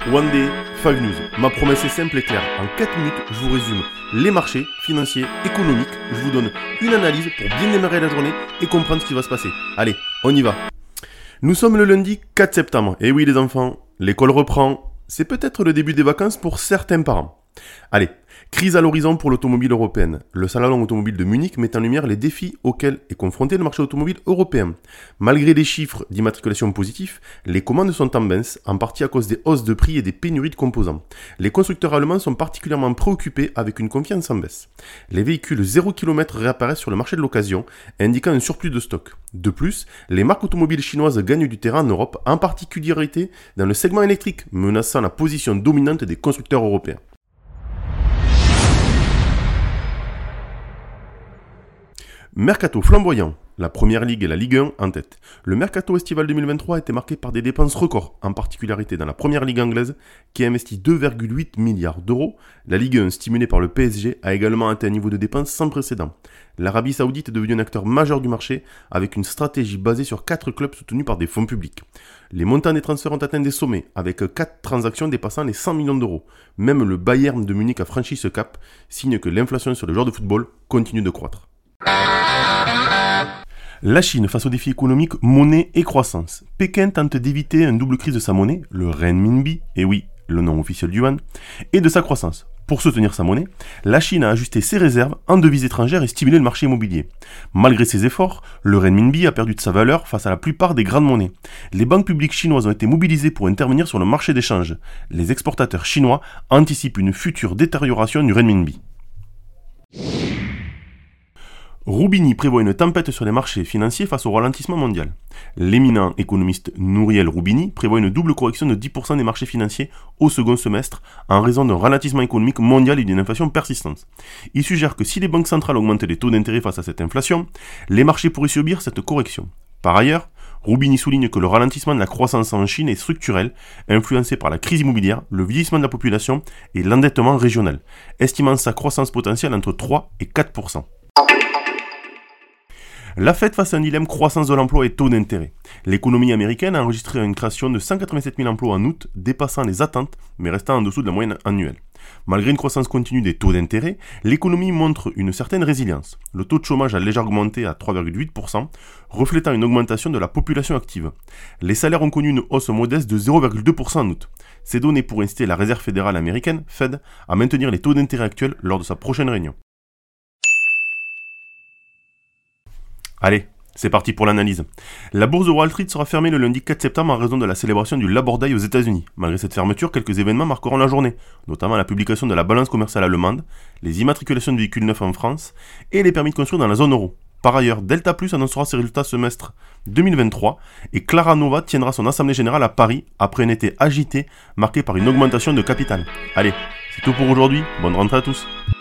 One Day, 5 News. Ma promesse est simple et claire. En 4 minutes, je vous résume les marchés financiers, économiques. Je vous donne une analyse pour bien démarrer la journée et comprendre ce qui va se passer. Allez, on y va. Nous sommes le lundi 4 septembre. Et oui les enfants, l'école reprend. C'est peut-être le début des vacances pour certains parents. Allez, crise à l'horizon pour l'automobile européenne. Le salon automobile de Munich met en lumière les défis auxquels est confronté le marché automobile européen. Malgré des chiffres d'immatriculation positifs, les commandes sont en baisse, en partie à cause des hausses de prix et des pénuries de composants. Les constructeurs allemands sont particulièrement préoccupés avec une confiance en baisse. Les véhicules 0 km réapparaissent sur le marché de l'occasion, indiquant un surplus de stock. De plus, les marques automobiles chinoises gagnent du terrain en Europe, en particularité dans le segment électrique, menaçant la position dominante des constructeurs européens. Mercato flamboyant, la Première Ligue et la Ligue 1 en tête. Le mercato estival 2023 a été marqué par des dépenses records, en particularité dans la Première Ligue anglaise, qui a investi 2,8 milliards d'euros. La Ligue 1, stimulée par le PSG, a également atteint un niveau de dépenses sans précédent. L'Arabie Saoudite est devenue un acteur majeur du marché, avec une stratégie basée sur 4 clubs soutenus par des fonds publics. Les montants des transferts ont atteint des sommets, avec 4 transactions dépassant les 100 millions d'euros. Même le Bayern de Munich a franchi ce cap, signe que l'inflation sur les joueurs de football continue de croître. La Chine face aux défis économiques, monnaie et croissance. Pékin tente d'éviter une double crise de sa monnaie, le renminbi, et oui, le nom officiel du yuan, et de sa croissance. Pour soutenir sa monnaie, la Chine a ajusté ses réserves en devises étrangères et stimulé le marché immobilier. Malgré ses efforts, le renminbi a perdu de sa valeur face à la plupart des grandes monnaies. Les banques publiques chinoises ont été mobilisées pour intervenir sur le marché d'échange. Les exportateurs chinois anticipent une future détérioration du renminbi. Roubini prévoit une tempête sur les marchés financiers face au ralentissement mondial. L'éminent économiste Nouriel Roubini prévoit une double correction de 10% des marchés financiers au second semestre en raison d'un ralentissement économique mondial et d'une inflation persistante. Il suggère que si les banques centrales augmentent les taux d'intérêt face à cette inflation, les marchés pourraient subir cette correction. Par ailleurs, Roubini souligne que le ralentissement de la croissance en Chine est structurel, influencé par la crise immobilière, le vieillissement de la population et l'endettement régional, estimant sa croissance potentielle entre 3 et 4%. La Fed face à un dilemme croissance de l'emploi et taux d'intérêt. L'économie américaine a enregistré une création de 187 000 emplois en août, dépassant les attentes, mais restant en dessous de la moyenne annuelle. Malgré une croissance continue des taux d'intérêt, l'économie montre une certaine résilience. Le taux de chômage a légèrement augmenté à 3,8%, reflétant une augmentation de la population active. Les salaires ont connu une hausse modeste de 0,2% en août. Ces données pourraient inciter la Réserve fédérale américaine, Fed, à maintenir les taux d'intérêt actuels lors de sa prochaine réunion. Allez, c'est parti pour l'analyse. La bourse de Wall Street sera fermée le lundi 4 septembre en raison de la célébration du Labor Day aux États-Unis. Malgré cette fermeture, quelques événements marqueront la journée, notamment la publication de la balance commerciale allemande, les immatriculations de véhicules neufs en France et les permis de construire dans la zone euro. Par ailleurs, Delta Plus annoncera ses résultats semestre 2023 et Clara Nova tiendra son assemblée générale à Paris après un été agité marqué par une augmentation de capital. Allez, c'est tout pour aujourd'hui, bonne rentrée à tous.